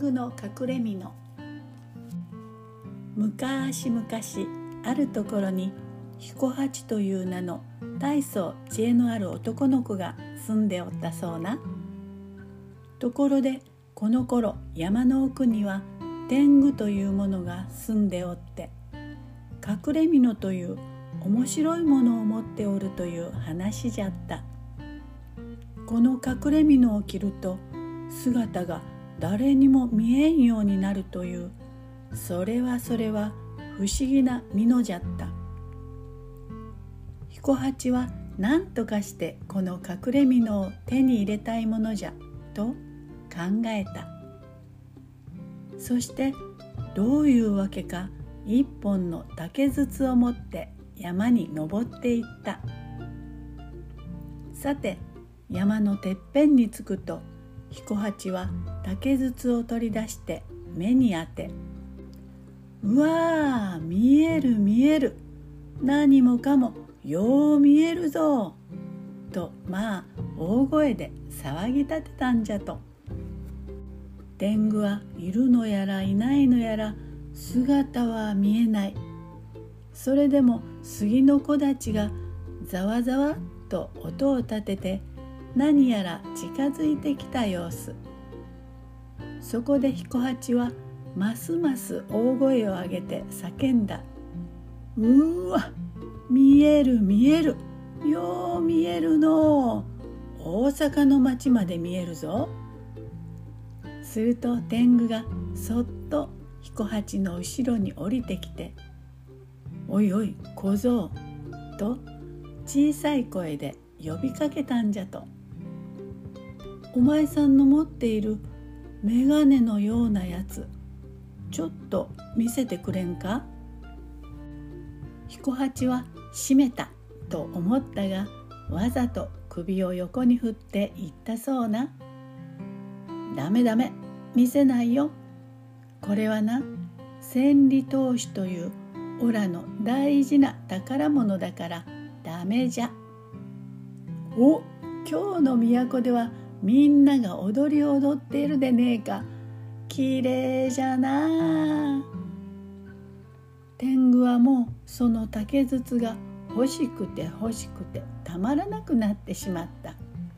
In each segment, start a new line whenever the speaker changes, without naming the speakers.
狗の隠れ蓑。昔々あるところに彦八という名の大層知恵のある男の子が住んでおったそうな。ところでこの頃山の奥には天狗というものが住んでおって、隠れ蓑という面白いものを持っておるという話じゃった。この隠れ蓑を着ると姿が誰にも見えんようになるという、それは不思議な蓑じゃった。彦八は何とかしてこの隠れ蓑を手に入れたいものじゃと考えた。そしてどういうわけか一本の竹筒を持って山に登っていった。さて山のてっぺんに着くと、彦八は竹筒を取り出して目に当て、うわあ、見える見える、何もかもよう見えるぞと大声で騒ぎ立てたんじゃと。天狗はいるのやらいないのやら姿は見えない。それでも杉の木立がざわざわっと音を立てて何やら近づいてきた様子。そこで彦八はますます大声を上げて叫んだ。うわ、見える見える、よう見えるの。大阪の町まで見えるぞ。すると天狗がそっと彦八の後ろに降りてきて、おいおい小僧と小さい声で呼びかけたんじゃと。お前さんの持っている眼鏡のようなやつ、ちょっと見せてくれんか。彦八は閉めたと思ったが、わざと首を横に振って言ったそうな。ダメダメ、見せないよ。これはな、千里投手というオラの大事な宝物だからダメじゃ。お、今日の都ではみんなが踊りを踊っているでねえか。きれいじゃなあ。天狗はもうその竹筒が欲しくてたまらなくなってしまった。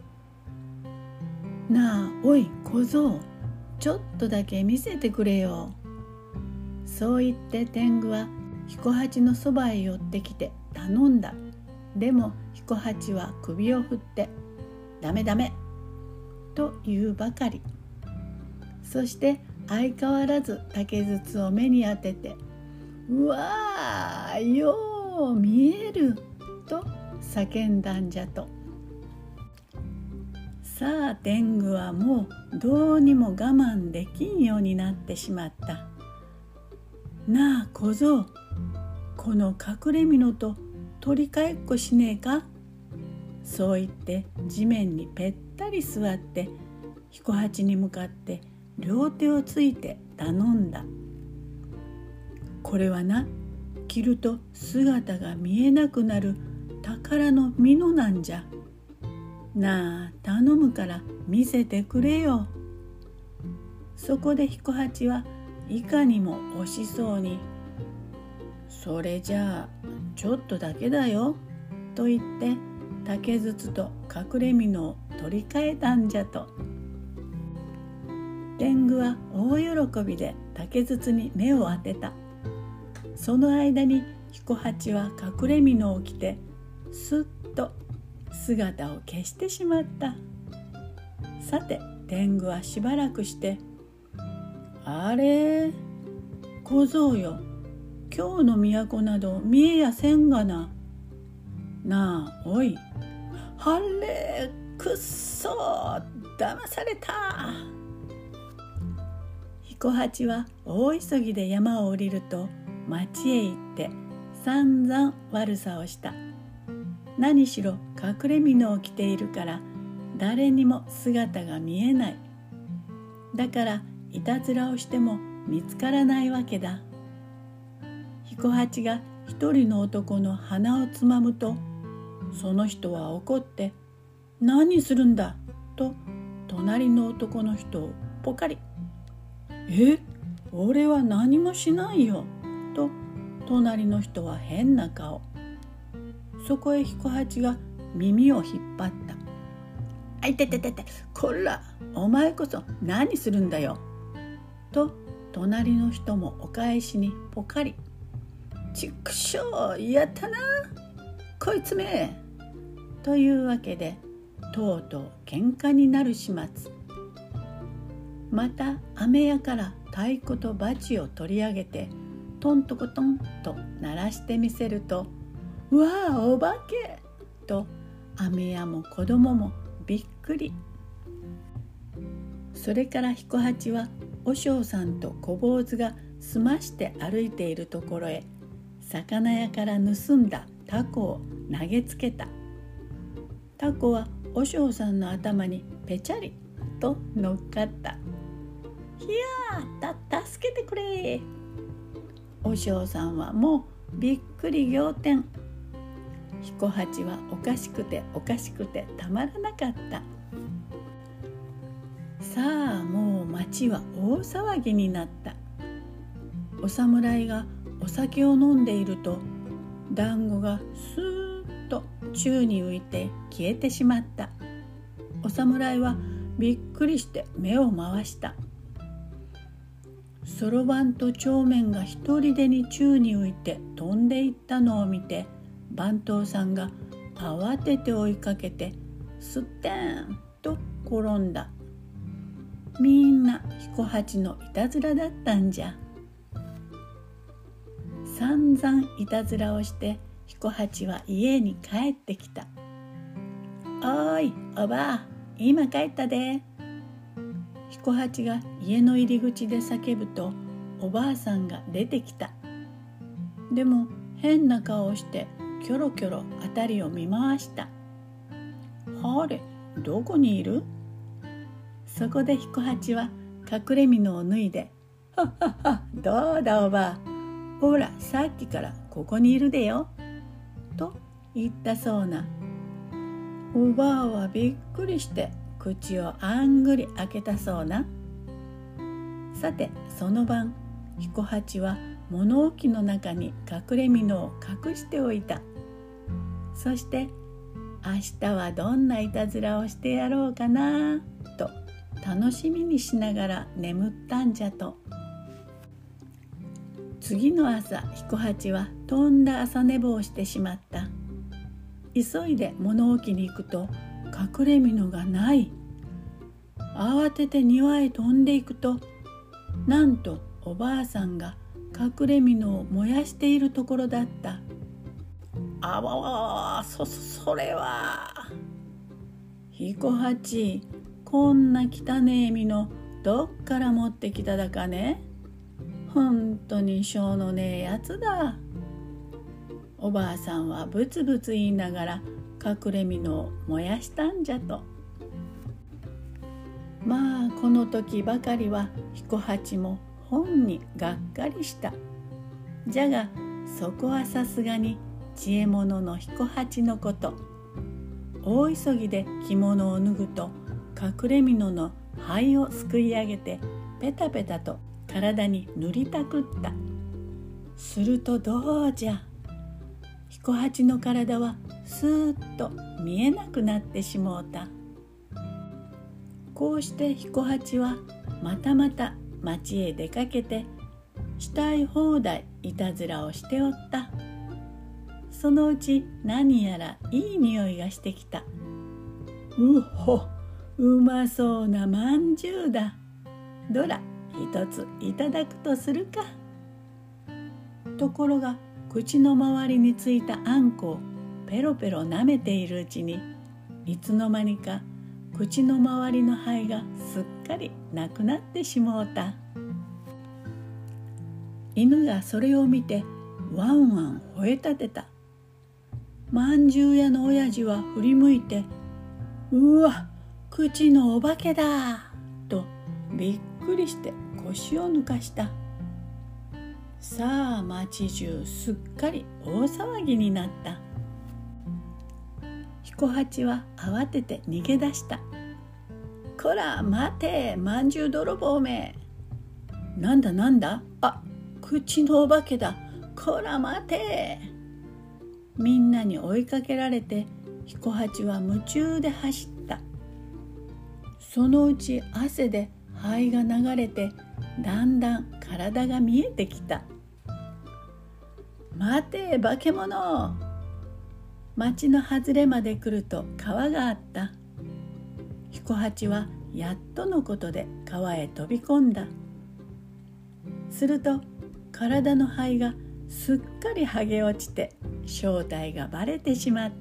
なあ、おい小僧、ちょっとだけ見せてくれよ。そう言って天狗は彦八のそばへ寄ってきて頼んだ。でも彦八は首を振ってダメダメと言うばかり。そして相変わらず竹筒を目に当てて、うわあ、よう見えると叫んだんじゃと。さあ天狗はもうどうにも我慢できんようになってしまった。なあ小僧、この隠れ蓑と取り替えっこしねえか。そう言って地面にぺったり座って彦八に向かって両手をついて頼んだ。これはな、着ると姿が見えなくなる宝の蓑なんじゃ。なあ頼むから見せてくれよ。そこで彦八はいかにも惜しそうに、それじゃあちょっとだけだよと言って竹筒と隠れ蓑を取り替えたんじゃと。天狗は大喜びで竹筒に目を当てた。その間に彦八は隠れ蓑を着てすっと姿を消してしまった。さて天狗はしばらくして、あれ小僧よ、今日の都など見えやせんがな。なあおい、はれくっそ騙された。彦八は大急ぎで山を降りると町へ行って散々悪さをした。何しろ隠れ蓑を着ているから誰にも姿が見えない。だからいたずらをしても見つからないわけだ。彦八が一人の男の鼻をつまむと、その人は怒って「何するんだ」と隣の男の人をポカリ。 え、俺は何もしないよ。と隣の人は変な顔。そこへ彦八が耳を引っ張った。あいてててて、こら、お前こそ何するんだよ。と隣の人もお返しにポカリ。ちくしょう、やったなこいつめ。というわけでとうとう喧嘩になる始末。また飴屋から太鼓とバチを取り上げてトントコトンと鳴らしてみせると、うわあ、お化けと飴屋も子供もびっくり。それから彦八は和尚さんと小坊主がすまして歩いているところへ魚屋から盗んだタコを投げつけた。タコは和尚さんの頭にペチャリと乗っかった。いやー、助けてくれ。和尚さんはもうびっくり仰天。彦八はおかしくておかしくてたまらなかった。さあもう町は大騒ぎになった。お侍がお酒を飲んでいると団子がスーッと宙に浮いて消えてしまった。お侍はびっくりして目を回した。そろばんと帳面が一人でに宙に浮いて飛んでいったのを見て、番頭さんが慌てて追いかけてすってんと転んだ。みんな彦八のいたずらだったんじゃ。散々いたずらをして彦八は家に帰ってきた。おーいおばあ、今帰ったで。彦八が家の入り口で叫ぶとおばあさんが出てきた。でも変な顔をしてキョロキョロ辺りを見回した。はれ、どこにいる？そこで彦八は隠れ蓑を脱いで、はっはっは、どうだおばあ、ほらさっきからここにいるでよ、と言ったそうな。おばあはびっくりして口をあんぐり開けたそうな。さてその晩、彦八は物置の中に隠れ蓑を隠しておいた。そして明日はどんないたずらをしてやろうかなと楽しみにしながら眠ったんじゃと。次の朝、彦八はとんだ朝寝坊をしてしまった。急いで物置に行くと隠れ蓑がない。慌てて庭へ飛んでいくと、なんとおばあさんが隠れ蓑を燃やしているところだった。あわわ、それは。彦八、こんな汚ねえ蓑どっから持ってきただかね。ほんとにしょうのねえやつだ。おばあさんはブツブツ言いながら隠れ蓑を燃やしたんじゃと。まあこの時ばかりは彦八も本にがっかりした。じゃがそこはさすがに知恵者の彦八のこと。大急ぎで着物を脱ぐと隠れ蓑の灰をすくい上げてペタペタと体に塗りたくった。するとどうじゃ、彦八の体はスーッと見えなくなってしもうた。こうして彦八はまたまた町へ出かけてしたい放題いたずらをしておった。そのうち何やらいい匂いがしてきた。うほ、うまそうなまんじゅうだ。どら一ついただくとするか。ところが口の周りについたあんこをペロペロ舐めているうちに、いつの間にか口の周りの灰がすっかりなくなってしもうた。犬がそれを見てワンワン吠えたてた。まんじゅう屋の親父は振り向いて、うわ、口のお化けだとびっくりして腰を抜かした。さあ町中すっかり大騒ぎになった。彦八は慌てて逃げ出した。こら待て、まんじゅう泥棒め。 なんだなんだ、あ、口のお化けだ、こら待て。みんなに追いかけられて彦八は夢中で走った。そのうち汗で肺が流れてだんだん体が見えてきた。待て化け物。町の外れまで来ると川があった。彦八はやっとのことで川へ飛び込んだ。すると体の灰がすっかり剥げ落ちて正体がバレてしまった。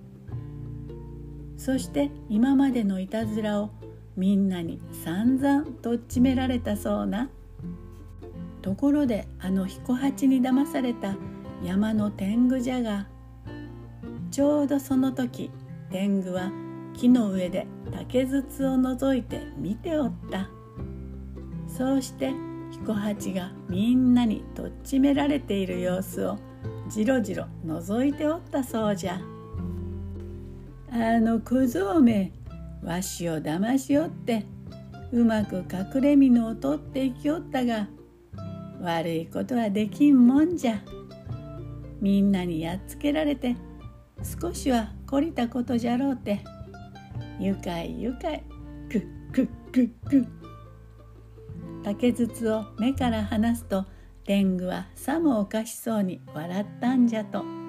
そして今までのいたずらをみんなに散々とっちめられたそうな。ところであの彦八に騙された山の天狗じゃが、ちょうどその時天狗は木の上で竹筒を覗いて見ておった。そうして彦八がみんなにとっちめられている様子をじろじろ覗いておったそうじゃ。あの小僧め、わしを騙しおってうまく隠れ蓑を取っていきおったが、悪いことはできんもんじゃ。みんなにやっつけられて少しは懲りたことじゃろうて。愉快愉快、くっくっくっく。竹筒を目から離すと天狗はさもおかしそうに笑ったんじゃと。